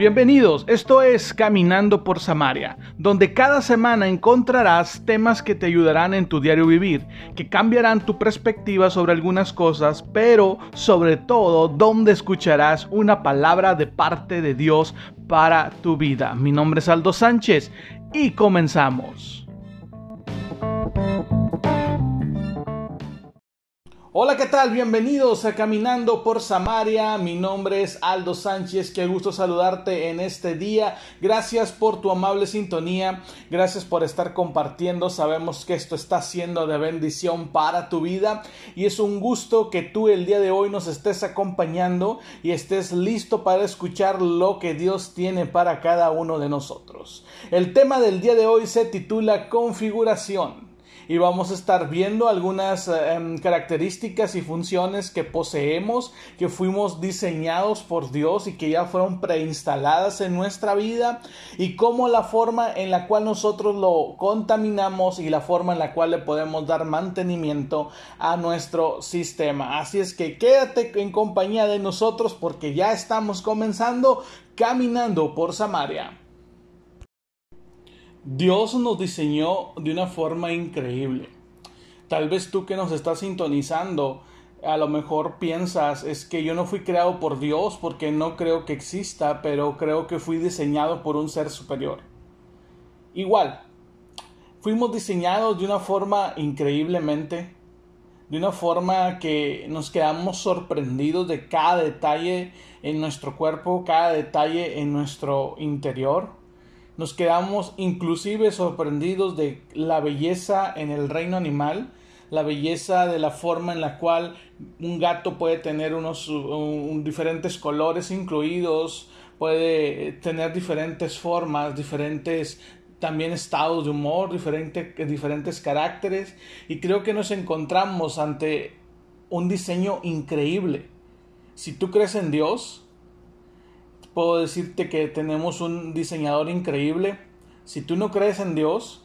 Bienvenidos, esto es Caminando por Samaria, donde cada semana encontrarás temas que te ayudarán en tu diario vivir, que cambiarán tu perspectiva sobre algunas cosas, pero sobre todo donde escucharás una palabra de parte de Dios para tu vida. Mi nombre es Aldo Sánchez y comenzamos. Hola, ¿qué tal? Bienvenidos a Caminando por Samaria. Mi nombre es Aldo Sánchez. Qué gusto saludarte en este día. Gracias por tu amable sintonía. Gracias por estar compartiendo. Sabemos que esto está siendo de bendición para tu vida. Y es un gusto que tú el día de hoy nos estés acompañando y estés listo para escuchar lo que Dios tiene para cada uno de nosotros. El tema del día de hoy se titula Configuración. Y vamos a estar viendo algunas características y funciones que poseemos, que fuimos diseñados por Dios y que ya fueron preinstaladas en nuestra vida, y cómo la forma en la cual nosotros lo contaminamos y la forma en la cual le podemos dar mantenimiento a nuestro sistema. Así es que quédate en compañía de nosotros porque ya estamos comenzando Caminando por Samaria. Dios nos diseñó de una forma increíble. Tal vez tú que nos estás sintonizando, a lo mejor piensas, es que yo no fui creado por Dios porque no creo que exista, pero creo que fui diseñado por un ser superior. Igual, fuimos diseñados de una forma increíblemente, de una forma que nos quedamos sorprendidos de cada detalle en nuestro cuerpo, cada detalle en nuestro interior. Nos quedamos inclusive sorprendidos de la belleza en el reino animal, la belleza de la forma en la cual un gato puede tener diferentes colores incluidos, puede tener diferentes formas, diferentes también estados de humor, diferentes caracteres, y creo que nos encontramos ante un diseño increíble. Si tú crees en Dios, puedo decirte que tenemos un diseñador increíble. Si tú no crees en Dios,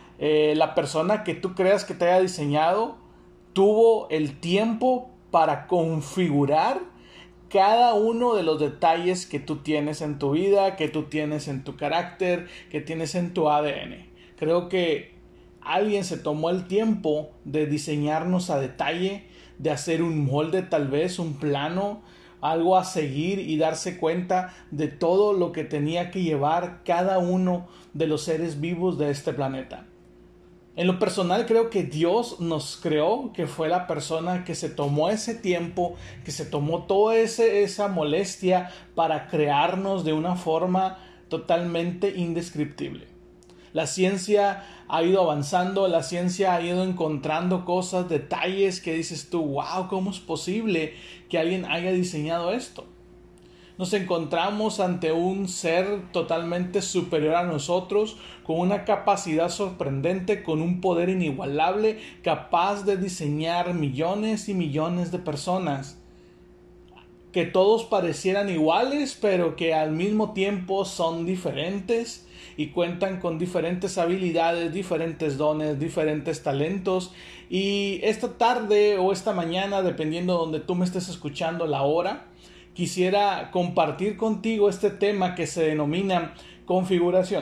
la persona que tú creas que te haya diseñado tuvo el tiempo para configurar cada uno de los detalles que tú tienes en tu vida, que tú tienes en tu carácter, que tienes en tu ADN. Creo que alguien se tomó el tiempo de diseñarnos a detalle, de hacer un molde, tal vez un plano, algo a seguir, y darse cuenta de todo lo que tenía que llevar cada uno de los seres vivos de este planeta. En lo personal creo que Dios nos creó, que fue la persona que se tomó ese tiempo, que se tomó toda esa molestia para crearnos de una forma totalmente indescriptible. La ciencia ha ido avanzando, la ciencia ha ido encontrando cosas, detalles que dices tú, wow, ¿cómo es posible que alguien haya diseñado esto? Nos encontramos ante un ser totalmente superior a nosotros, con una capacidad sorprendente, con un poder inigualable, capaz de diseñar millones y millones de personas. Que todos parecieran iguales, pero que al mismo tiempo son diferentes y cuentan con diferentes habilidades, diferentes dones, diferentes talentos. Y esta tarde o esta mañana, dependiendo de donde tú me estés escuchando la hora, quisiera compartir contigo este tema que se denomina configuración.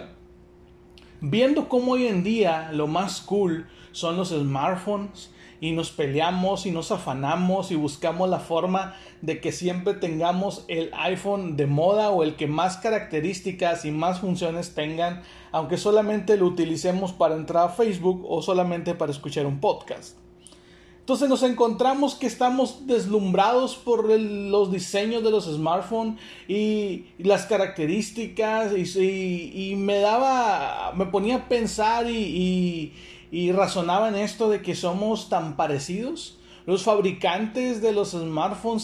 Viendo cómo hoy en día lo más cool son los smartphones, y nos peleamos y nos afanamos y buscamos la forma de que siempre tengamos el iPhone de moda o el que más características y más funciones tengan, aunque solamente lo utilicemos para entrar a Facebook o solamente para escuchar un podcast. Entonces nos encontramos que estamos deslumbrados por los diseños de los smartphones y las características, y me ponía a pensar y razonaba en esto de que somos tan parecidos. Los fabricantes de los smartphones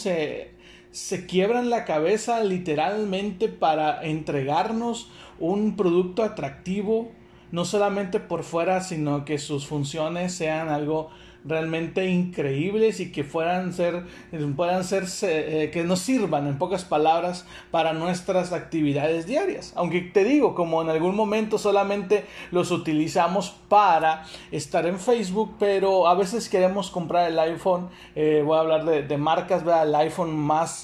se quiebran la cabeza literalmente para entregarnos un producto atractivo, no solamente por fuera, sino que sus funciones sean algo realmente increíbles y que puedan ser, que nos sirvan, en pocas palabras, para nuestras actividades diarias. Aunque te digo, como en algún momento solamente los utilizamos para estar en Facebook, pero a veces queremos comprar el iPhone, voy a hablar de marcas, ¿verdad? El iPhone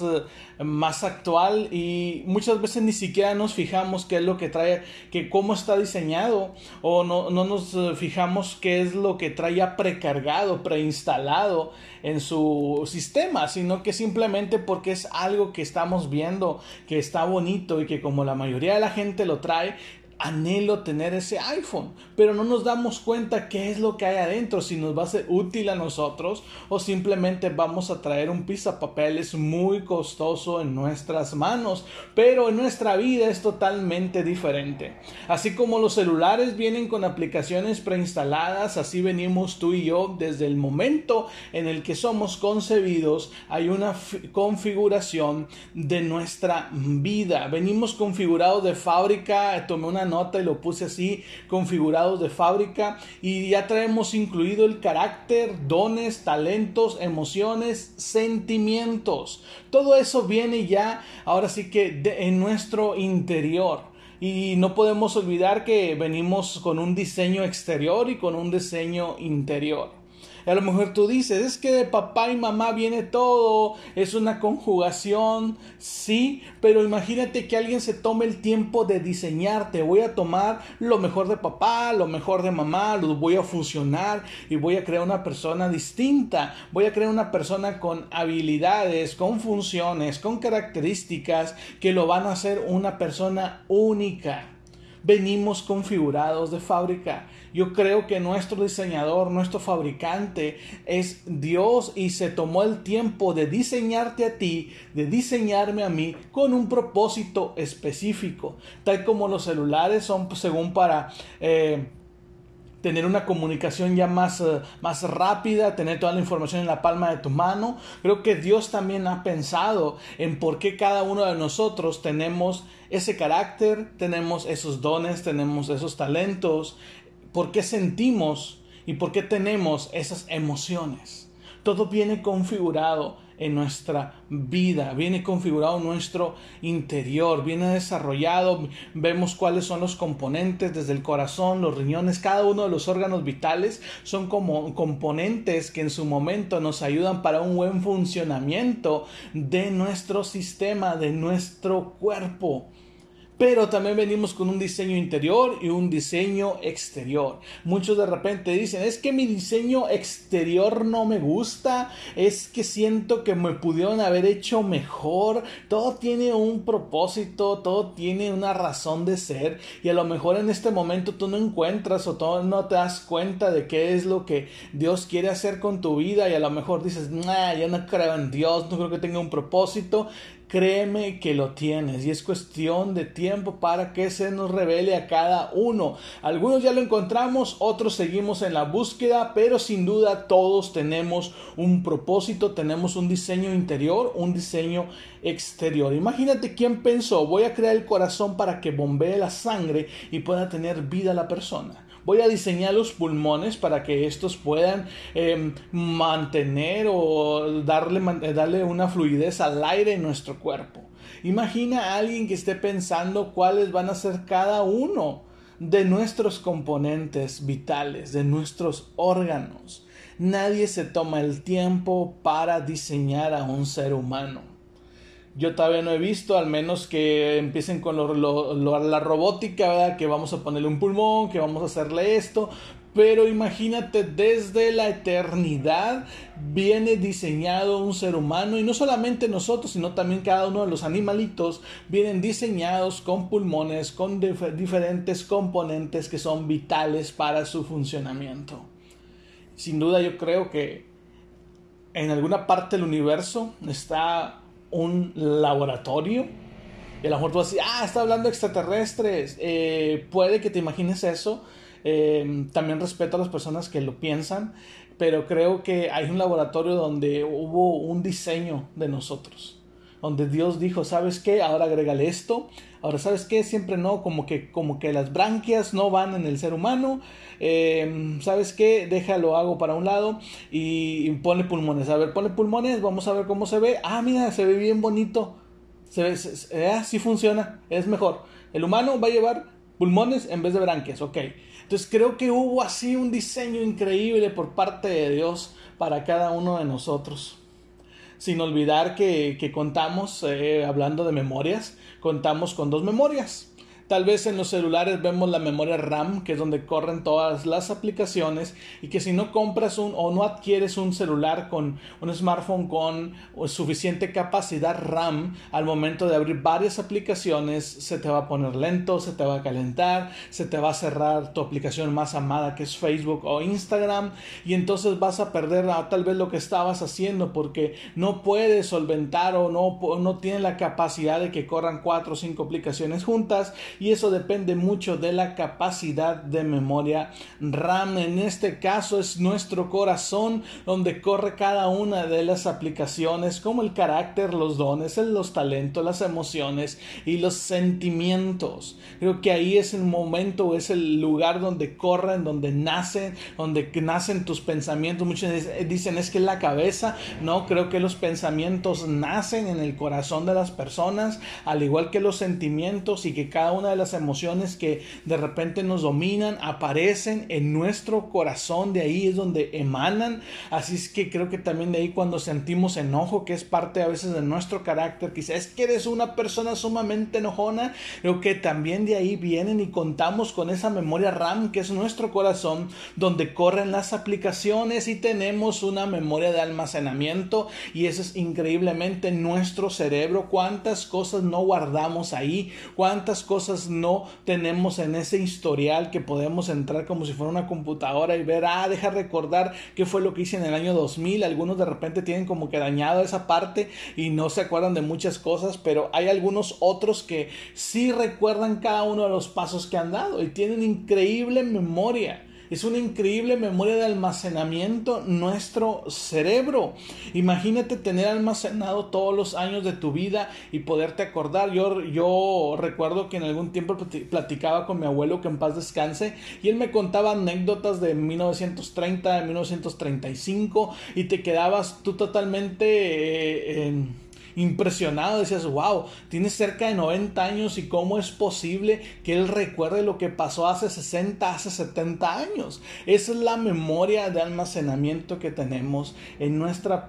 más actual, y muchas veces ni siquiera nos fijamos qué es lo que trae, que cómo está diseñado, o no nos fijamos qué es lo que trae ya precargado, preinstalado en su sistema, sino que simplemente porque es algo que estamos viendo, que está bonito y que como la mayoría de la gente lo trae, anhelo tener ese iPhone, pero no nos damos cuenta qué es lo que hay adentro, si nos va a ser útil a nosotros o simplemente vamos a traer un pisapapeles muy costoso en nuestras manos. Pero en nuestra vida es totalmente diferente. Así como los celulares vienen con aplicaciones preinstaladas, así venimos tú y yo desde el momento en el que somos concebidos. Hay una configuración de nuestra vida. Venimos configurados de fábrica. Tomé una nota y lo puse así: configurados de fábrica, y ya traemos incluido el carácter, dones, talentos, emociones, sentimientos. Todo eso viene ya, ahora sí que en nuestro interior. Y no podemos olvidar que venimos con un diseño exterior y con un diseño interior. A lo mejor tú dices, es que de papá y mamá viene todo, es una conjugación, sí, pero imagínate que alguien se tome el tiempo de diseñarte. Voy a tomar lo mejor de papá, lo mejor de mamá, lo voy a fusionar y voy a crear una persona distinta. Voy a crear una persona con habilidades, con funciones, con características que lo van a hacer una persona única. Venimos configurados de fábrica. Yo creo que nuestro diseñador, nuestro fabricante es Dios, y se tomó el tiempo de diseñarte a ti, de diseñarme a mí con un propósito específico. Tal como los celulares son según para tener una comunicación ya más rápida, tener toda la información en la palma de tu mano. Creo que Dios también ha pensado en por qué cada uno de nosotros tenemos ese carácter, tenemos esos dones, tenemos esos talentos, por qué sentimos y por qué tenemos esas emociones. Todo viene configurado en nuestra vida, viene configurado en nuestro interior, viene desarrollado. Vemos cuáles son los componentes, desde el corazón, los riñones, cada uno de los órganos vitales son como componentes que en su momento nos ayudan para un buen funcionamiento de nuestro sistema, de nuestro cuerpo. Pero también venimos con un diseño interior y un diseño exterior. Muchos de repente dicen, es que mi diseño exterior no me gusta, es que siento que me pudieron haber hecho mejor. Todo tiene un propósito, todo tiene una razón de ser, y a lo mejor en este momento tú no encuentras o tú no te das cuenta de qué es lo que Dios quiere hacer con tu vida, y a lo mejor dices, yo no creo en Dios, no creo que tenga un propósito. Créeme que lo tienes, y es cuestión de tiempo para que se nos revele a cada uno. Algunos ya lo encontramos, otros seguimos en la búsqueda, pero sin duda todos tenemos un propósito, tenemos un diseño interior, un diseño exterior. Imagínate quién pensó, voy a crear el corazón para que bombee la sangre y pueda tener vida la persona. Voy a diseñar los pulmones para que estos puedan mantener o darle una fluidez al aire en nuestro cuerpo. Imagina a alguien que esté pensando cuáles van a ser cada uno de nuestros componentes vitales, de nuestros órganos. Nadie se toma el tiempo para diseñar a un ser humano. Yo todavía no he visto, al menos que empiecen con la robótica, ¿verdad? Que vamos a ponerle un pulmón, que vamos a hacerle esto. Pero imagínate, desde la eternidad viene diseñado un ser humano, y no solamente nosotros, sino también cada uno de los animalitos vienen diseñados con pulmones, con diferentes componentes que son vitales para su funcionamiento. Sin duda yo creo que en alguna parte del universo está un laboratorio, y a lo mejor tú vas a decir, está hablando de extraterrestres. Puede que te imagines eso. También respeto a las personas que lo piensan, pero creo que hay un laboratorio donde hubo un diseño de nosotros. donde Dios dijo, ¿sabes qué? Ahora agrégale esto. Ahora, ¿sabes qué? Siempre no, como que las branquias no van en el ser humano. ¿Sabes qué? Déjalo, hago para un lado y ponle pulmones. A ver, ponle pulmones, vamos a ver cómo se ve. Ah, mira, se ve bien bonito. Sí funciona, es mejor. El humano va a llevar pulmones en vez de branquias, ok. Entonces creo que hubo así un diseño increíble por parte de Dios para cada uno de nosotros. Sin olvidar que contamos, hablando de memorias, contamos con 2 memorias. Tal vez en los celulares vemos la memoria RAM, que es donde corren todas las aplicaciones, y que si no compras o no adquieres un celular con un smartphone con suficiente capacidad RAM, al momento de abrir varias aplicaciones se te va a poner lento, se te va a calentar, se te va a cerrar tu aplicación más amada, que es Facebook o Instagram, y entonces vas a perder tal vez lo que estabas haciendo porque no puedes solventar o no tienes la capacidad de que corran 4 o 5 aplicaciones juntas. Y eso depende mucho de la capacidad de memoria RAM. En este caso es nuestro corazón donde corre cada una de las aplicaciones, como el carácter, los dones, los talentos, las emociones y los sentimientos. Creo que ahí es el momento, es el lugar donde corren, donde nacen tus pensamientos. Muchos dicen es que es la cabeza. No, creo que los pensamientos nacen en el corazón de las personas, al igual que los sentimientos, y que cada una de las emociones que de repente nos dominan aparecen en nuestro corazón. De ahí es donde emanan. Así es que creo que también de ahí, cuando sentimos enojo, que es parte a veces de nuestro carácter, quizás es que eres una persona sumamente enojona, creo que también de ahí vienen, y contamos con esa memoria RAM, que es nuestro corazón, donde corren las aplicaciones, y tenemos una memoria de almacenamiento, y eso es increíblemente nuestro cerebro. Cuántas cosas no guardamos ahí, cuántas cosas no tenemos en ese historial, que podemos entrar como si fuera una computadora y ver, deja recordar qué fue lo que hice en el año 2000. Algunos de repente tienen como que dañado esa parte y no se acuerdan de muchas cosas, pero hay algunos otros que sí recuerdan cada uno de los pasos que han dado y tienen increíble memoria. Es una increíble memoria de almacenamiento nuestro cerebro. Imagínate tener almacenado todos los años de tu vida y poderte acordar. Yo recuerdo que en algún tiempo platicaba con mi abuelo, que en paz descanse, y él me contaba anécdotas de 1930, de 1935, y te quedabas tú totalmente impresionado. Decías, wow, tiene cerca de 90 años y cómo es posible que él recuerde lo que pasó hace 60, hace 70 años. Esa es la memoria de almacenamiento que tenemos en nuestro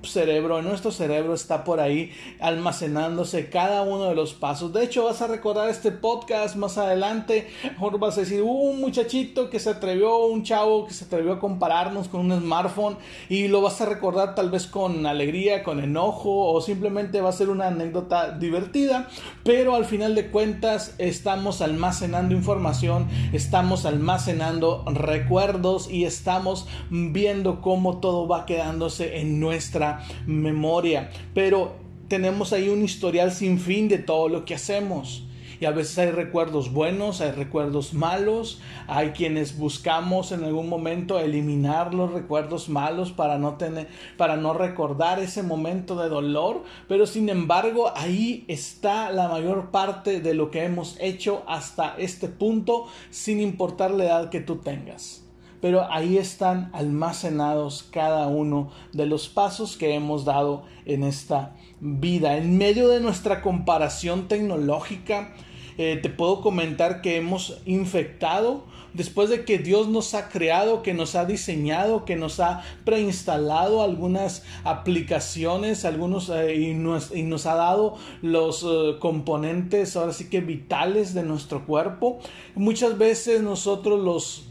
cerebro está por ahí almacenándose cada uno de los pasos. De hecho, vas a recordar este podcast más adelante. Mejor vas a decir, un muchachito que se atrevió, un chavo que se atrevió a compararnos con un smartphone, y lo vas a recordar tal vez con alegría, con enojo, o simplemente va a ser una anécdota divertida, pero al final de cuentas estamos almacenando información, estamos almacenando recuerdos, y estamos viendo cómo todo va quedándose en nuestra memoria. Pero tenemos ahí un historial sin fin de todo lo que hacemos, y a veces hay recuerdos buenos, hay recuerdos malos. Hay quienes buscamos en algún momento eliminar los recuerdos malos para no recordar ese momento de dolor, pero sin embargo ahí está la mayor parte de lo que hemos hecho hasta este punto, sin importar la edad que tú tengas. Pero ahí están almacenados cada uno de los pasos que hemos dado en esta vida. En medio de nuestra comparación tecnológica, te puedo comentar que hemos infectado, después de que Dios nos ha creado, que nos ha diseñado, que nos ha preinstalado algunas aplicaciones, y nos ha dado los componentes, ahora sí que vitales de nuestro cuerpo. Muchas veces nosotros los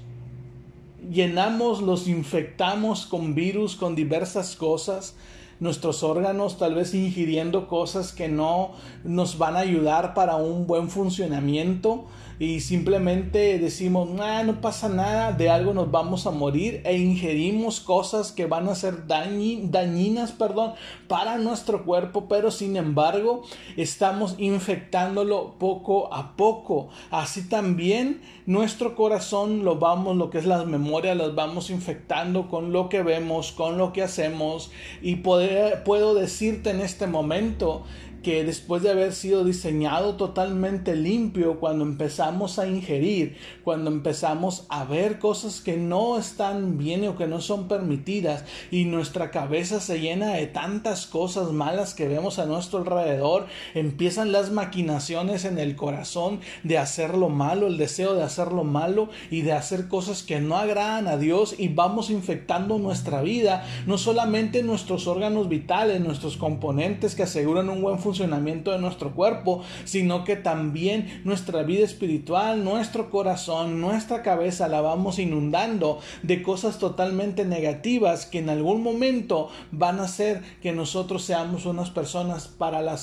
llenamos, los infectamos con virus, con diversas cosas, nuestros órganos, tal vez ingiriendo cosas que no nos van a ayudar para un buen funcionamiento, y simplemente decimos, no pasa nada, de algo nos vamos a morir, e ingerimos cosas que van a ser dañinas para nuestro cuerpo, pero sin embargo estamos infectándolo poco a poco. Así también nuestro corazón lo que es las memorias, las vamos infectando con lo que vemos, con lo que hacemos, y puedo decirte en este momento que después de haber sido diseñado totalmente limpio, cuando empezamos a ingerir, cuando empezamos a ver cosas que no están bien o que no son permitidas, y nuestra cabeza se llena de tantas cosas malas que vemos a nuestro alrededor, empiezan las maquinaciones en el corazón de hacer lo malo, el deseo de hacer lo malo y de hacer cosas que no agradan a Dios, y vamos infectando nuestra vida, no solamente nuestros órganos vitales, nuestros componentes que aseguran un buen funcionamiento de nuestro cuerpo, sino que también nuestra vida espiritual, nuestro corazón, nuestra cabeza la vamos inundando de cosas totalmente negativas que en algún momento van a hacer que nosotros seamos unas personas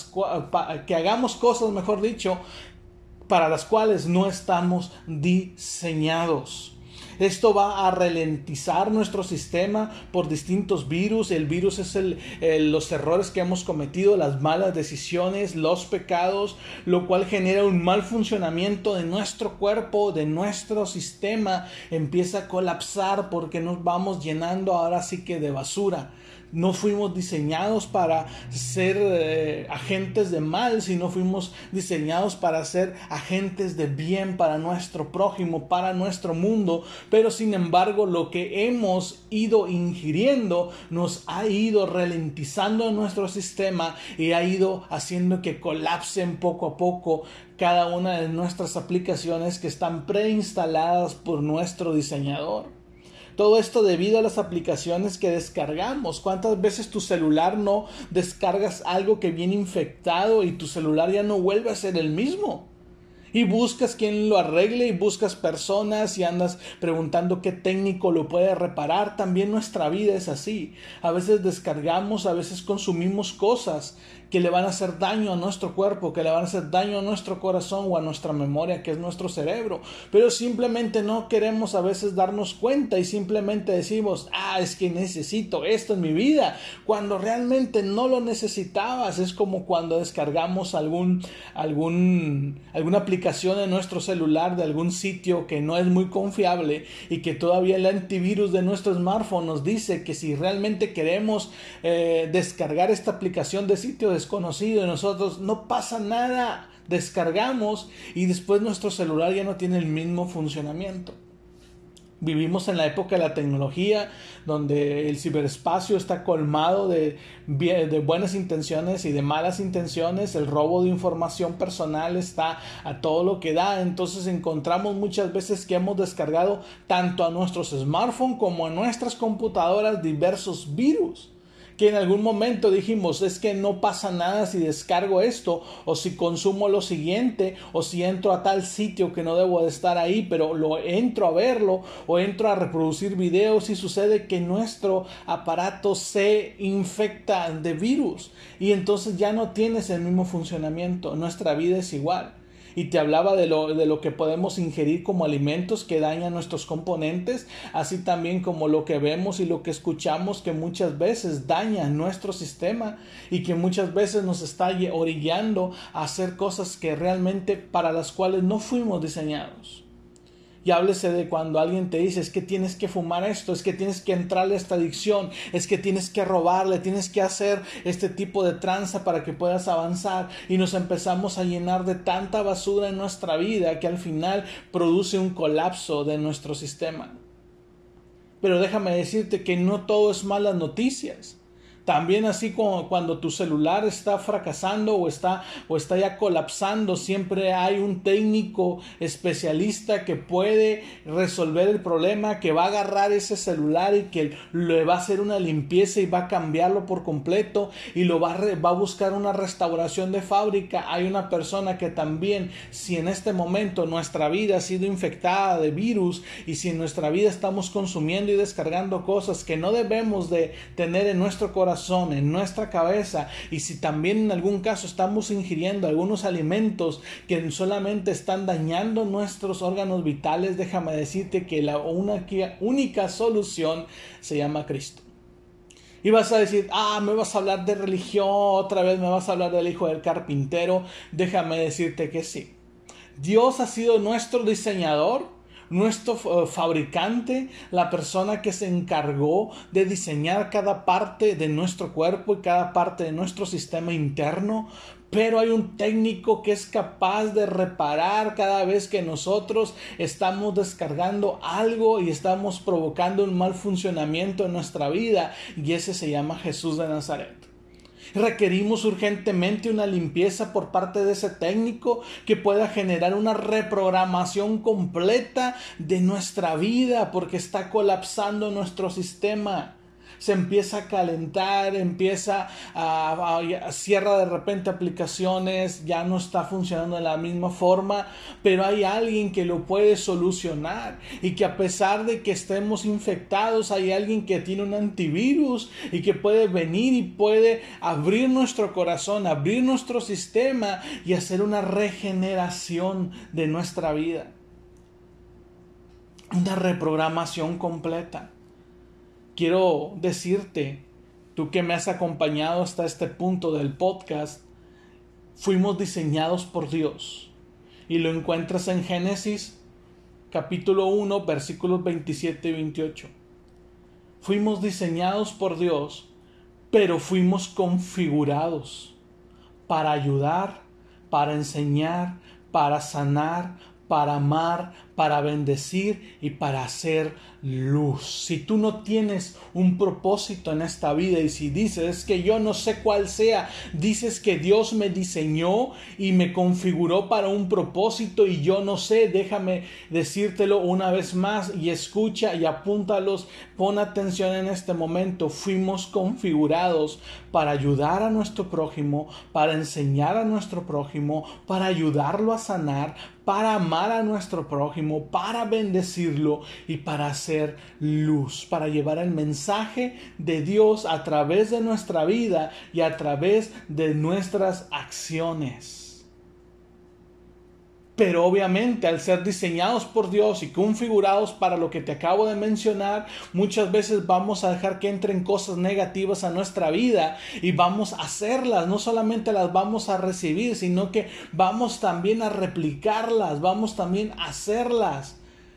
que hagamos cosas, mejor dicho, para las cuales no estamos diseñados. Esto va a ralentizar nuestro sistema por distintos virus. El virus es los errores que hemos cometido, las malas decisiones, los pecados, lo cual genera un mal funcionamiento de nuestro cuerpo, de nuestro sistema. Empieza a colapsar porque nos vamos llenando ahora sí que de basura. No fuimos diseñados para ser agentes de mal, sino fuimos diseñados para ser agentes de bien para nuestro prójimo, para nuestro mundo. Pero sin embargo, lo que hemos ido ingiriendo nos ha ido ralentizando nuestro sistema y ha ido haciendo que colapsen poco a poco cada una de nuestras aplicaciones que están preinstaladas por nuestro diseñador. Todo esto debido a las aplicaciones que descargamos. ¿Cuántas veces tu celular no descargas algo que viene infectado y tu celular ya no vuelve a ser el mismo? Y buscas quien lo arregle y buscas personas y andas preguntando qué técnico lo puede reparar. También nuestra vida es así. A veces descargamos, a veces consumimos cosas que le van a hacer daño a nuestro cuerpo, que le van a hacer daño a nuestro corazón o a nuestra memoria, que es nuestro cerebro. Pero simplemente no queremos a veces darnos cuenta y simplemente decimos, es que necesito esto en mi vida, cuando realmente no lo necesitabas. Es como cuando descargamos alguna aplicación en nuestro celular de algún sitio que no es muy confiable y que todavía el antivirus de nuestro smartphone nos dice que si realmente queremos descargar esta aplicación de sitio desconocido y nosotros no pasa nada, descargamos y después nuestro celular ya no tiene el mismo funcionamiento. Vivimos en la época de la tecnología, donde el ciberespacio está colmado de buenas intenciones y de malas intenciones. El robo de información personal está a todo lo que da. Entonces encontramos muchas veces que hemos descargado tanto a nuestros smartphones como a nuestras computadoras diversos virus, que en algún momento dijimos, es que no pasa nada si descargo esto, o si consumo lo siguiente, o si entro a tal sitio que no debo de estar ahí, pero entro a verlo, o entro a reproducir videos y sucede que nuestro aparato se infecta de virus y entonces ya no tienes el mismo funcionamiento. Nuestra vida es igual. Y te hablaba de lo que podemos ingerir como alimentos que dañan nuestros componentes, así también como lo que vemos y lo que escuchamos que muchas veces daña nuestro sistema y que muchas veces nos está orillando a hacer cosas que realmente para las cuales no fuimos diseñados. Y háblese de cuando alguien te dice, es que tienes que fumar esto, es que tienes que entrarle a esta adicción, es que tienes que robarle, tienes que hacer este tipo de tranza para que puedas avanzar. Y nos empezamos a llenar de tanta basura en nuestra vida que al final produce un colapso de nuestro sistema. Pero déjame decirte que no todo es malas noticias. También así como cuando tu celular está fracasando o está ya colapsando, siempre hay un técnico especialista que puede resolver el problema, que va a agarrar ese celular y que le va a hacer una limpieza y va a cambiarlo por completo y va a buscar una restauración de fábrica. Hay una persona que también, si en este momento nuestra vida ha sido infectada de virus y si en nuestra vida estamos consumiendo y descargando cosas que no debemos de tener en nuestro corazón, en nuestra cabeza, y si también en algún caso estamos ingiriendo algunos alimentos que solamente están dañando nuestros órganos vitales, déjame decirte que la única solución se llama Cristo. Y vas a decir, me vas a hablar de religión, otra vez me vas a hablar del hijo del carpintero. Déjame decirte que sí. Dios ha sido nuestro diseñador nuestro fabricante, la persona que se encargó de diseñar cada parte de nuestro cuerpo y cada parte de nuestro sistema interno. Pero hay un técnico que es capaz de reparar cada vez que nosotros estamos descargando algo y estamos provocando un mal funcionamiento en nuestra vida, y ese se llama Jesús de Nazaret. Requerimos urgentemente una limpieza por parte de ese técnico que pueda generar una reprogramación completa de nuestra vida, porque está colapsando nuestro sistema. Se empieza a calentar, empieza cierra de repente aplicaciones, ya no está funcionando de la misma forma, pero hay alguien que lo puede solucionar, y que a pesar de que estemos infectados, hay alguien que tiene un antivirus y que puede venir y puede abrir nuestro corazón, abrir nuestro sistema y hacer una regeneración de nuestra vida, una reprogramación completa. Quiero decirte, tú que me has acompañado hasta este punto del podcast, fuimos diseñados por Dios. Y lo encuentras en Génesis capítulo 1, versículos 27 y 28. Fuimos diseñados por Dios, pero fuimos configurados para ayudar, para enseñar, para sanar, para amar, para bendecir y para hacer luz. Si tú no tienes un propósito en esta vida, y si dices que yo no sé cuál sea, dices que Dios me diseñó y me configuró para un propósito y yo no sé, déjame decírtelo una vez más, y escucha y apúntalos, pon atención en este momento. Fuimos configurados para ayudar a nuestro prójimo, para enseñar a nuestro prójimo, para ayudarlo a sanar, para amar a nuestro prójimo, para bendecirlo y para hacer luz, para llevar el mensaje de Dios a través de nuestra vida y a través de nuestras acciones. Pero obviamente, al ser diseñados por Dios y configurados para lo que te acabo de mencionar, muchas veces vamos a dejar que entren cosas negativas a nuestra vida y vamos a hacerlas. No solamente las vamos a recibir, sino que vamos también a replicarlas, vamos también a hacerlas.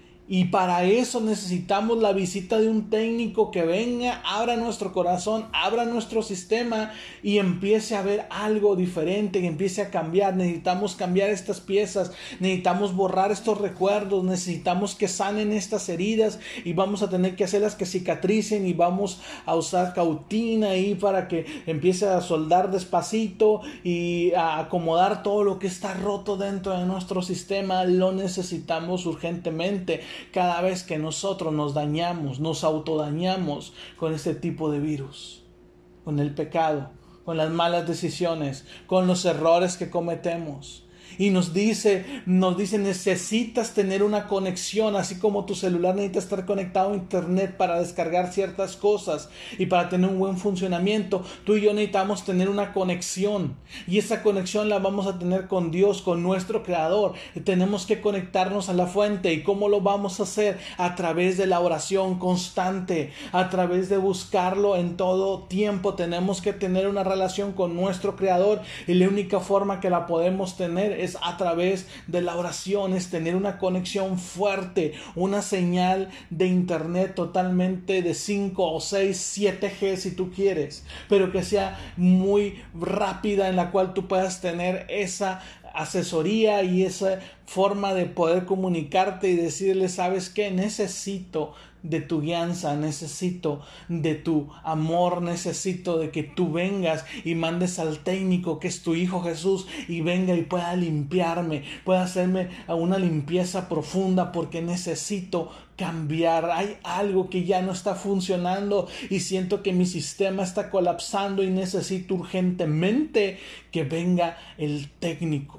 Y para eso necesitamos la visita de un técnico que venga, abra nuestro corazón, abra nuestro sistema y empiece a ver algo diferente, que empiece a cambiar. Necesitamos cambiar estas piezas, necesitamos borrar estos recuerdos, necesitamos que sanen estas heridas y vamos a tener que hacerlas que cicatricen, y vamos a usar cautina ahí para que empiece a soldar despacito y a acomodar todo lo que está roto dentro de nuestro sistema. Lo necesitamos urgentemente. Cada vez que nosotros nos dañamos, nos autodañamos con este tipo de virus, con el pecado, con las malas decisiones, con los errores que cometemos. Y nos dice, necesitas tener una conexión, así como tu celular necesita estar conectado a internet para descargar ciertas cosas y para tener un buen funcionamiento. Tú y yo necesitamos tener una conexión, y esa conexión la vamos a tener con Dios, con nuestro Creador. Tenemos que conectarnos a la fuente. ¿Y cómo lo vamos a hacer? A través de la oración constante, a través de buscarlo en todo tiempo. Tenemos que tener una relación con nuestro Creador, y la única forma que la podemos tener es a través de la oración, es tener una conexión fuerte, una señal de internet totalmente de 5 o 6, 7G si tú quieres, pero que sea muy rápida, en la cual tú puedas tener esa asesoría y esa forma de poder comunicarte y decirle, ¿sabes qué? Necesito de tu guianza, necesito de tu amor, necesito de que tú vengas y mandes al técnico que es tu Hijo Jesús, y venga y pueda limpiarme, pueda hacerme una limpieza profunda, porque necesito cambiar. Hay algo que ya no está funcionando y siento que mi sistema está colapsando y necesito urgentemente que venga el técnico.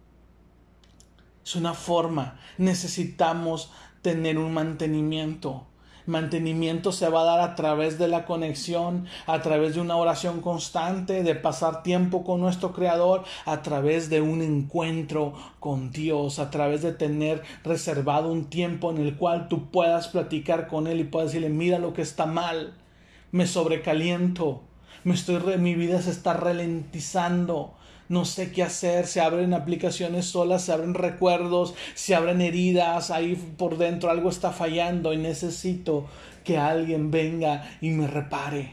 Es una forma. Necesitamos tener un mantenimiento. Mantenimiento se va a dar a través de la conexión, a través de una oración constante, de pasar tiempo con nuestro Creador, a través de un encuentro con Dios, a través de tener reservado un tiempo en el cual tú puedas platicar con Él y puedas decirle, mira lo que está mal, me sobrecaliento, Mi vida se está ralentizando. No sé qué hacer, se abren aplicaciones solas, se abren recuerdos, se abren heridas, ahí por dentro algo está fallando y necesito que alguien venga y me repare.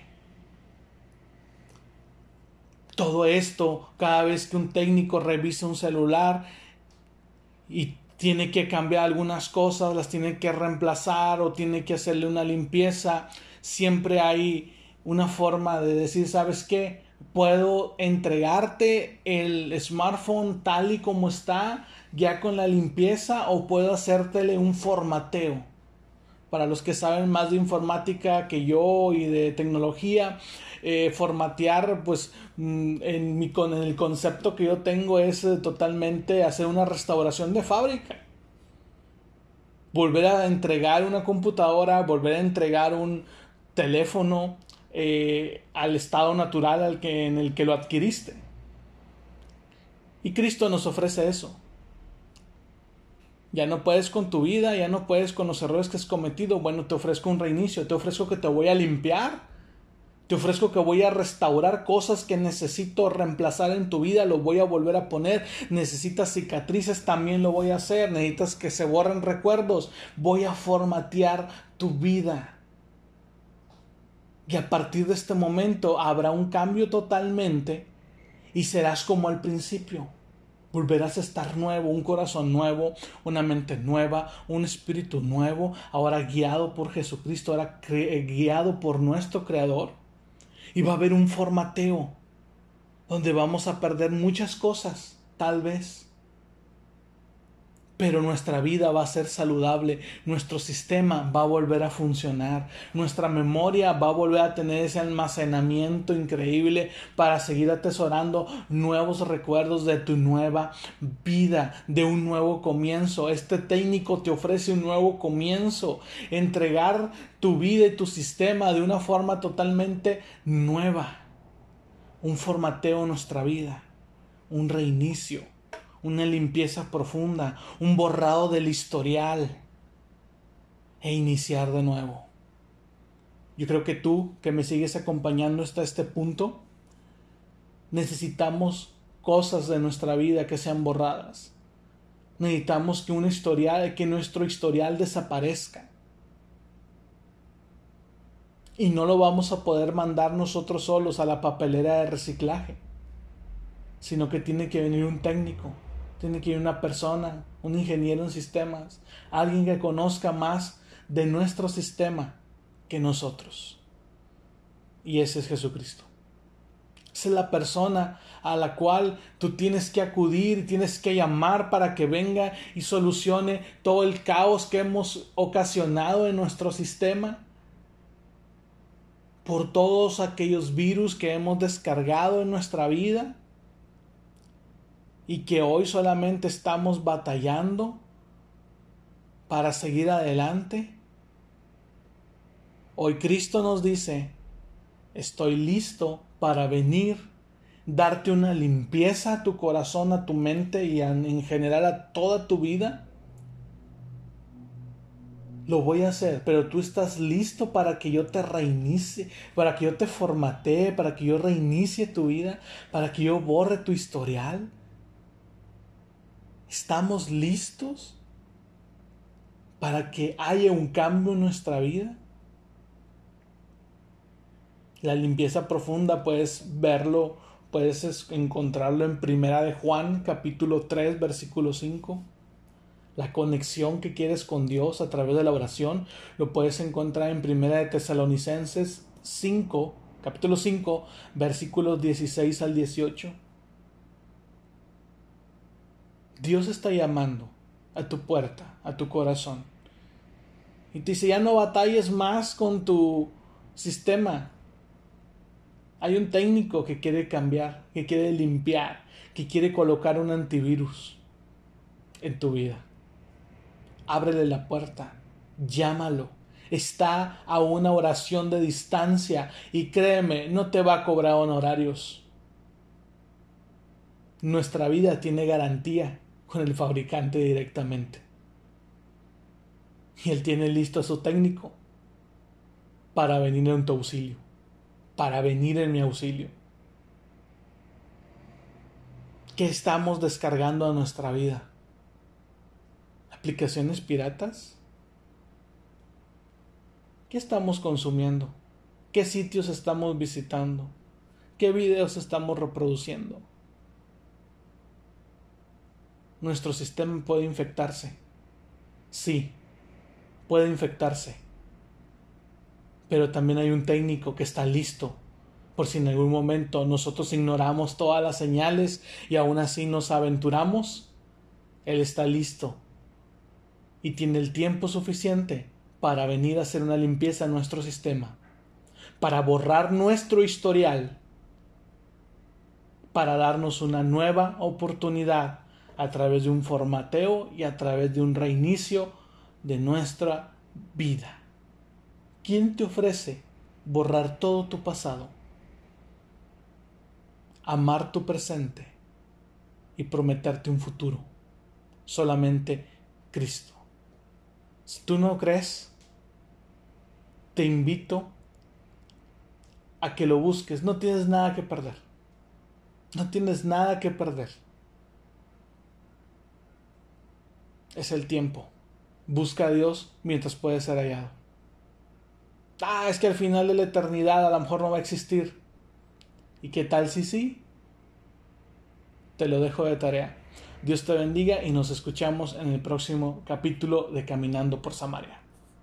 Todo esto, cada vez que un técnico revisa un celular y tiene que cambiar algunas cosas, las tiene que reemplazar o tiene que hacerle una limpieza, siempre hay una forma de decir, ¿sabes qué? Puedo entregarte el smartphone tal y como está, ya con la limpieza, o puedo hacértele un formateo. Para los que saben más de informática que yo y de tecnología, formatear, pues con el concepto que yo tengo es totalmente hacer una restauración de fábrica. Volver a entregar una computadora, volver a entregar un teléfono al estado natural en el que lo adquiriste. Y Cristo nos ofrece eso. Ya no puedes con tu vida, ya no puedes con los errores que has cometido. Bueno, te ofrezco un reinicio, te ofrezco que te voy a limpiar, te ofrezco que voy a restaurar cosas que necesito reemplazar en tu vida, lo voy a volver a poner. Necesitas cicatrices, también lo voy a hacer. Necesitas que se borren recuerdos, voy a formatear tu vida. Y a partir de este momento habrá un cambio totalmente y serás como al principio. Volverás a estar nuevo, un corazón nuevo, una mente nueva, un espíritu nuevo, ahora guiado por Jesucristo, ahora guiado por nuestro Creador. Y va a haber un formateo donde vamos a perder muchas cosas, tal vez. Pero nuestra vida va a ser saludable, nuestro sistema va a volver a funcionar, nuestra memoria va a volver a tener ese almacenamiento increíble para seguir atesorando nuevos recuerdos de tu nueva vida, de un nuevo comienzo. Este técnico te ofrece un nuevo comienzo, entregar tu vida y tu sistema de una forma totalmente nueva, un formateo en nuestra vida, un reinicio, una limpieza profunda, un borrado del historial e iniciar de nuevo. Yo creo que tú, que me sigues acompañando hasta este punto, necesitamos cosas de nuestra vida que sean borradas. Necesitamos que nuestro historial desaparezca. Y no lo vamos a poder mandar nosotros solos a la papelera de reciclaje, sino que tiene que venir un técnico. Tiene que ir una persona, un ingeniero en sistemas, alguien que conozca más de nuestro sistema que nosotros. Y ese es Jesucristo. Esa es la persona a la cual tú tienes que acudir, tienes que llamar para que venga y solucione todo el caos que hemos ocasionado en nuestro sistema, por todos aquellos virus que hemos descargado en nuestra vida y que hoy solamente estamos batallando para seguir adelante. Hoy Cristo nos dice, estoy listo para venir, darte una limpieza a tu corazón, a tu mente y en general a toda tu vida. Lo voy a hacer, pero tú estás listo para que yo te reinicie, para que yo te formatee, para que yo reinicie tu vida, para que yo borre tu historial. ¿Estamos listos para que haya un cambio en nuestra vida? La limpieza profunda puedes verlo, puedes encontrarlo en Primera de Juan, capítulo 3, versículo 5. La conexión que quieres con Dios a través de la oración lo puedes encontrar en Primera de Tesalonicenses 5, capítulo 5, versículos 16 al 18. Dios está llamando a tu puerta, a tu corazón. Y te dice, ya no batalles más con tu sistema. Hay un técnico que quiere cambiar, que quiere limpiar, que quiere colocar un antivirus en tu vida. Ábrele la puerta, llámalo. Está a una oración de distancia y créeme, no te va a cobrar honorarios. Nuestra vida tiene garantía con el fabricante directamente. Y él tiene listo a su técnico para venir en tu auxilio. para venir en mi auxilio? ¿Qué estamos descargando a nuestra vida? ¿Aplicaciones piratas? ¿Qué estamos consumiendo? ¿Qué sitios estamos visitando? ¿Qué videos estamos reproduciendo? Nuestro sistema puede infectarse. Sí, puede infectarse. Pero también hay un técnico que está listo por si en algún momento nosotros ignoramos todas las señales y aún así nos aventuramos. Él está listo y tiene el tiempo suficiente para venir a hacer una limpieza en nuestro sistema, para borrar nuestro historial, para darnos una nueva oportunidad a través de un formateo y a través de un reinicio de nuestra vida. ¿Quién te ofrece borrar todo tu pasado, amar tu presente y prometerte un futuro? Solamente Cristo. Si tú no crees, te invito a que lo busques. No tienes nada que perder. No tienes nada que perder. Es el tiempo. Busca a Dios mientras puede ser hallado. Es que al final de la eternidad a lo mejor no va a existir. ¿Y qué tal si sí? Te lo dejo de tarea. Dios te bendiga y nos escuchamos en el próximo capítulo de Caminando por Samaria.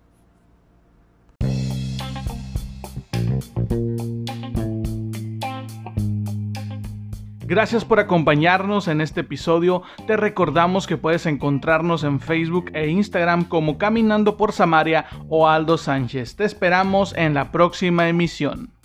Gracias por acompañarnos en este episodio. Te recordamos que puedes encontrarnos en Facebook e Instagram como Caminando por Samaria o Aldo Sánchez. Te esperamos en la próxima emisión.